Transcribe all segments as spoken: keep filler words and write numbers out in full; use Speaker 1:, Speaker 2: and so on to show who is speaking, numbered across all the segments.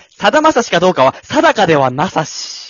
Speaker 1: さだまさしかどうかは定かではなさし。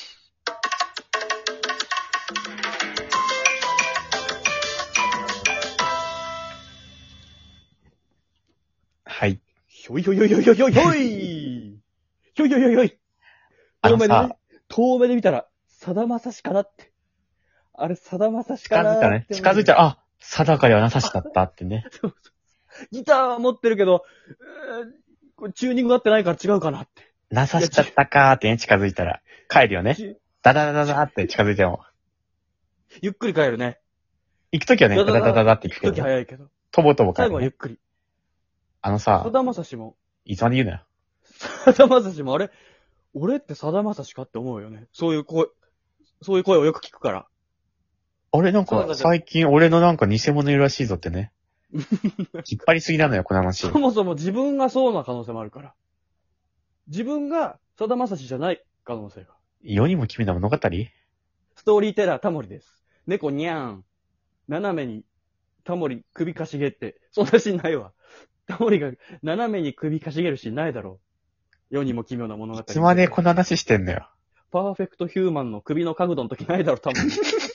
Speaker 2: はい。
Speaker 1: ひょいひょいひょいひょいひょいひょいひょいひょいひょいひょいひょい
Speaker 2: あの
Speaker 1: 遠目でね
Speaker 2: さ、、
Speaker 1: 遠目で見たら、さだまさしかなって。あれ、さだまさしかなーって
Speaker 2: 近づいたね。近づいたら、あ、定かではなさしだったってね。
Speaker 1: そうそうギターは持ってるけど、うーこれチューニング合ってないから違うかなって。
Speaker 2: なさしだったかーってね、近づいたら。帰るよね。
Speaker 1: ち
Speaker 2: ダダダダダって近づいても。
Speaker 1: ゆっくり帰るね。
Speaker 2: 行くときはね、ダダダダダって行くけ
Speaker 1: 時
Speaker 2: ど。
Speaker 1: 早いけど。
Speaker 2: とぼとぼ帰る、ね。
Speaker 1: 最後はゆっくり。
Speaker 2: あのさ、
Speaker 1: さだまさしも、
Speaker 2: いつまで言うのよ。
Speaker 1: さだまさしも、あれ俺ってさだまさしかって思うよね。そういう声、そういう声をよく聞くから。
Speaker 2: 俺なんか、
Speaker 1: そうだじゃ
Speaker 2: 最近俺のなんか偽物いるらしいぞってね。引っ張りすぎなのよ、この話。
Speaker 1: そもそも自分がそうな可能性もあるから。自分がさだまさしじゃない可能性が。
Speaker 2: 世にも奇妙な物語。
Speaker 1: ストーリーテラータモリです。猫にゃーん。斜めにタモリ首かしげって、そんなシーンないわ。タモリが斜めに首かしげるシーンないだろう。世にも奇妙な物語。
Speaker 2: いつまでこの話してんのよ。
Speaker 1: パーフェクトヒューマンの首の角度の時ないだろ、タモリ。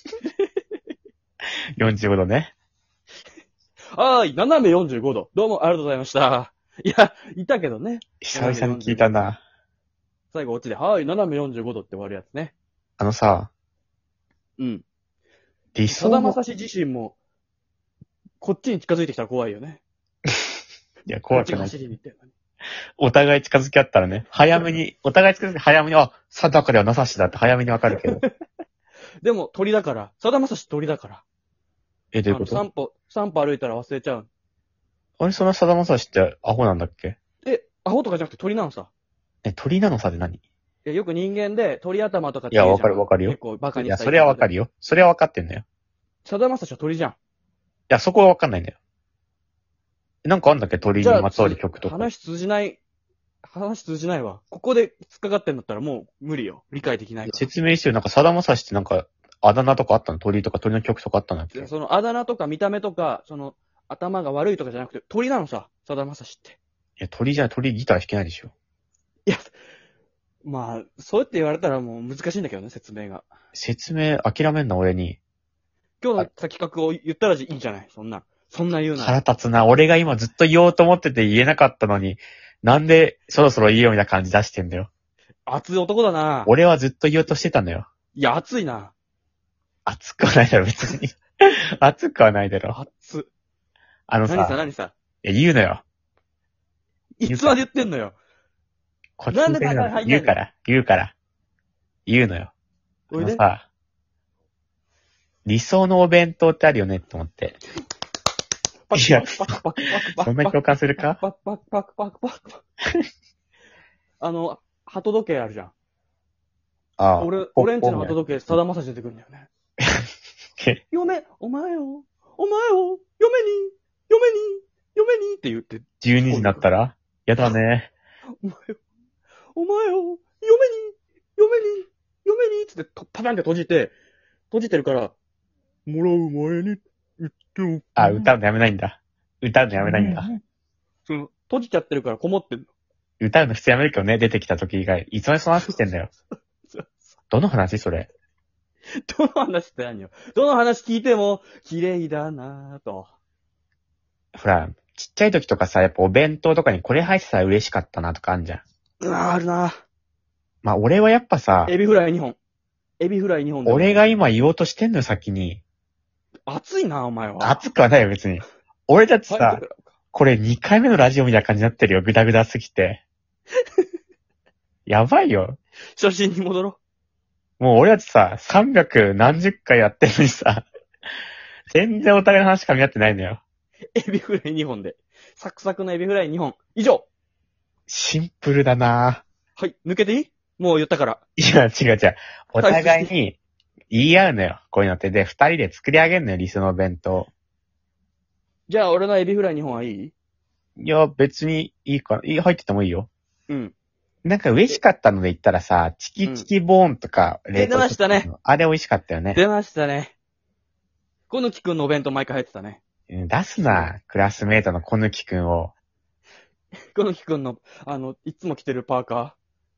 Speaker 2: よんじゅうごどね。
Speaker 1: はーい、斜めよんじゅうごど。どうもありがとうございました。いや、いたけどね。
Speaker 2: 久々に聞いたな。
Speaker 1: 最後オチで、はーい、斜めよんじゅうごどって終わるやつね。
Speaker 2: あのさ、
Speaker 1: うん。
Speaker 2: 理
Speaker 1: さだ
Speaker 2: 想の、
Speaker 1: まさし自身も、こっちに近づいてきたら怖いよね。
Speaker 2: いや、
Speaker 1: こ
Speaker 2: 怖くない。
Speaker 1: っちが走りに行ってるのに。
Speaker 2: お互い近づき合ったらね、早めに、お互い近づき早めに、あ、定かではなさしだって早めにわかるけど。
Speaker 1: でも鳥だから、さだまさし鳥だから。
Speaker 2: え、どういうこと
Speaker 1: あの散歩、散歩歩いたら忘れちゃう。
Speaker 2: あれ、その定まさしってアホなんだっけ？
Speaker 1: え、アホとかじゃなくて鳥なのさ。
Speaker 2: え、鳥なのさで何？い
Speaker 1: いやよく人間で鳥頭とかって
Speaker 2: や、
Speaker 1: 言うじゃん。
Speaker 2: わかるわかるよ。
Speaker 1: 結構バカに
Speaker 2: いや、
Speaker 1: した
Speaker 2: それはわか
Speaker 1: る。
Speaker 2: るよ。それはわかってんだよ。
Speaker 1: さだまさしは鳥じゃん。
Speaker 2: いや、そこはわかんないんだよ。なんかあんだっけ鳥にまつわる曲とか。
Speaker 1: 話通じない、話通じないわ。ここで突っかかってんだったらもう無理よ。理解できないから。
Speaker 2: 説明してよ。なんか、さだまさしってなんか、あだ名とかあったの？鳥とか鳥の曲とかあったんだっけ？
Speaker 1: そのあだ名とか見た目とか、その頭が悪いとかじゃなくて鳥なのさ。さだまさしって。
Speaker 2: いや、鳥じゃない、鳥ギター弾けないでしょ。
Speaker 1: いや、まあ、そうやって言われたらもう難しいんだけどね、説明が。
Speaker 2: 説明諦めんな、俺に。
Speaker 1: 今日の企画を言ったらいいじゃない。そんな。そんな言うな
Speaker 2: 腹
Speaker 1: ら。
Speaker 2: 立つな。俺が今ずっと言おうと思ってて言えなかったのに、なんでそろそろ言えよみたいな感じ出してんだよ。
Speaker 1: 熱い男だな。
Speaker 2: 俺はずっと言おうとしてたんだよ。
Speaker 1: いや、熱いな。
Speaker 2: 熱くはないだろ、別に。熱くはないだろ。
Speaker 1: 熱。
Speaker 2: あの
Speaker 1: 何さ、
Speaker 2: さ、
Speaker 1: 何さ。
Speaker 2: いや、言うのよ。
Speaker 1: いつまで言ってんのよ。
Speaker 2: こっち
Speaker 1: なんで
Speaker 2: 言う
Speaker 1: 中に入んないの
Speaker 2: 言うから、言うから。言うのよ。あ
Speaker 1: おいで。
Speaker 2: のさ、理想のお弁当ってあるよねって思って。
Speaker 1: パ
Speaker 2: いや
Speaker 1: クパクパクパクパクパク。
Speaker 2: そんな共感するか？
Speaker 1: パクパクパクパクパクパク。あの、鳩時計あるじゃん。
Speaker 2: ああ。
Speaker 1: 俺、
Speaker 2: ポ
Speaker 1: 俺んちの
Speaker 2: ポン
Speaker 1: 鳩時計、さだまさし出てくるんだよね。
Speaker 2: え
Speaker 1: 嫁、お前を、お前を、嫁に、嫁に、嫁にって言って、
Speaker 2: じゅうにじになったらやだね。
Speaker 1: お前を、お前を、嫁に、嫁に、嫁に、つって、とパタンって閉じて、閉じてるから、もらう前に、言っておく。
Speaker 2: あ、歌うのやめないんだ。歌うのやめないんだ。
Speaker 1: その、閉じちゃってるからこもってんの。
Speaker 2: 歌うの普通やめるけどね、出てきた時以外。いつまでその話してんだよ。どの話それ？
Speaker 1: どの話って何よ。どの話聞いても、綺麗だなぁと。
Speaker 2: ほら、ちっちゃい時とかさ、やっぱお弁当とかにこれ入ってたら嬉しかったなとかあんじゃん。
Speaker 1: うわぁ、あるなぁ。
Speaker 2: まあ俺はやっぱさ、
Speaker 1: エビフライにほん。エビフライにほんで。
Speaker 2: 俺が今言おうとしてんのよ、先に。
Speaker 1: 熱いな、お前は。
Speaker 2: 熱くはないよ、別に。俺たち
Speaker 1: はい
Speaker 2: さ、これにかいめのラジオみたいな感じになってるよ、ぐだぐだすぎて。やばいよ。
Speaker 1: 初心に戻ろ
Speaker 2: もう俺たちさ、さんびゃくなんじゅっかいやってるのにさ、全然お互いの話噛み合ってないのよ。
Speaker 1: う。エビフライにほんで。サクサクのエビフライにほん。以上。
Speaker 2: シンプルだなぁ。
Speaker 1: はい、抜けていい？もう言ったから。
Speaker 2: いや、違う違う。お互いに言い合うのよ。こういうのって。で、二人で作り上げるのよ、理想の弁当。
Speaker 1: じゃあ、俺のエビフライにほんはいい？
Speaker 2: いや、別にいいかな。いい、入っててもいいよ。
Speaker 1: うん。
Speaker 2: なんか嬉しかったので言ったらさ、チキチキボーンとか、
Speaker 1: 出ましたね。
Speaker 2: あれ美味しかったよね。
Speaker 1: 出ましたね。小貫くんのお弁当毎回入ってたね。
Speaker 2: うん出すな、クラスメイトの小貫くんを。
Speaker 1: 小貫くんの、あの、いつも着てるパーカ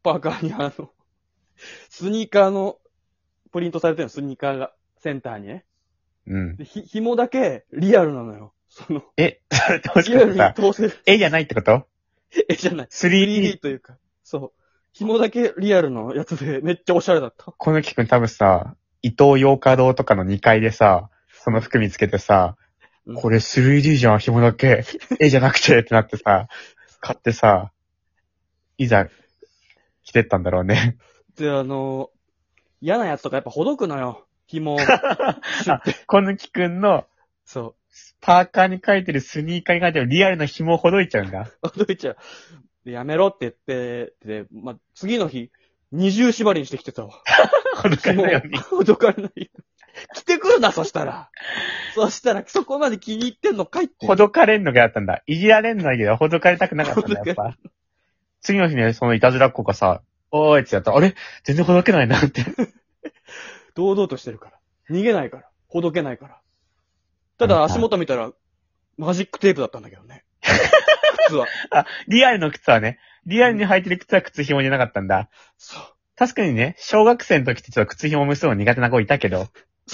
Speaker 1: パーカーにあの、スニーカーの、プリントされてるの、スニーカーが、センターにね。
Speaker 2: うん。
Speaker 1: で、ひ、紐だけ、リアルなのよ。その、
Speaker 2: え、それどうし
Speaker 1: リアルに
Speaker 2: てさ、
Speaker 1: 通せる。
Speaker 2: 絵じゃないってこと
Speaker 1: 絵じゃない。
Speaker 2: ?スリーディー。
Speaker 1: スリーディー というか、そう。紐だけリアルのやつで、めっちゃおしゃれだった。
Speaker 2: このきくん多分さ、伊東洋華堂とかのにかいでさ、その服見つけてさ、
Speaker 1: うん
Speaker 2: これ スリーディー じゃん、紐だけ。絵じゃなくてってなってさ、買ってさ、いざ、着てったんだろうね。
Speaker 1: で、あの、嫌なやつとかやっぱほどくのよ。紐を。
Speaker 2: あ、このきくんの、
Speaker 1: そ
Speaker 2: パーカーに書いてるスニーカーに書いてるリアルな紐をほどいちゃうんだ。
Speaker 1: う。ほどいちゃう。で、やめろって言って、で、まあ、次の日、二重縛りにしてきてたわ。
Speaker 2: ほどかないように。
Speaker 1: ほどかれないように。着てくるな、そしたら。そしたら、そこまで気に入ってんのかいって。
Speaker 2: ほどかれんのがやったんだ。いじられんのはいいけど、ほどかれたくなかったんだ、やっぱ。次の日ね、そのいたずらっ子がさ、おーいってやったら、あれ全然ほどけないなって。
Speaker 1: 堂々としてるから。逃げないから。ほどけないから。ただ足元見たら、マジックテープだったんだけどね。靴は。
Speaker 2: あ、リアルの靴はね、リアルに履いてる靴は靴紐じゃなかったんだ。
Speaker 1: そう。
Speaker 2: 確かにね、小学生の時ってちょっと靴紐結ぶの苦手な子いたけど。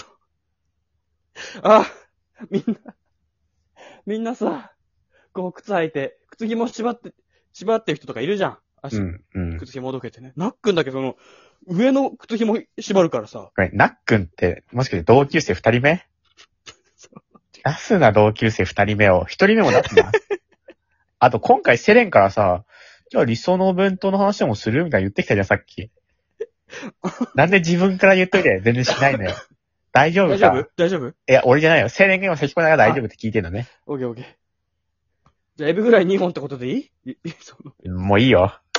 Speaker 1: あ、みんな、みんなさ、こう靴履いて、靴紐縛って、縛ってる人とかいるじゃん。足、
Speaker 2: うん、うん。
Speaker 1: 靴紐どけてね。ナックんだけど、その、上の靴紐縛るからさ。
Speaker 2: これ、ナックンって、もしかして同級生二人目出すな、同級生二人目を。一人目も出すな。あと、今回セレンからさ、じゃあ理想のお弁当の話でもするみたいに言ってきたじゃん、さっき。なんで自分から言っといて全然しないのよ。大丈夫か
Speaker 1: 大丈夫大丈夫
Speaker 2: いや、俺じゃないよ。セレンが今先っぽながら大丈夫って聞いてんのね。
Speaker 1: オッケーオッケー。じゃあエビぐらいにほんってことでいいいいその
Speaker 2: もういいよ。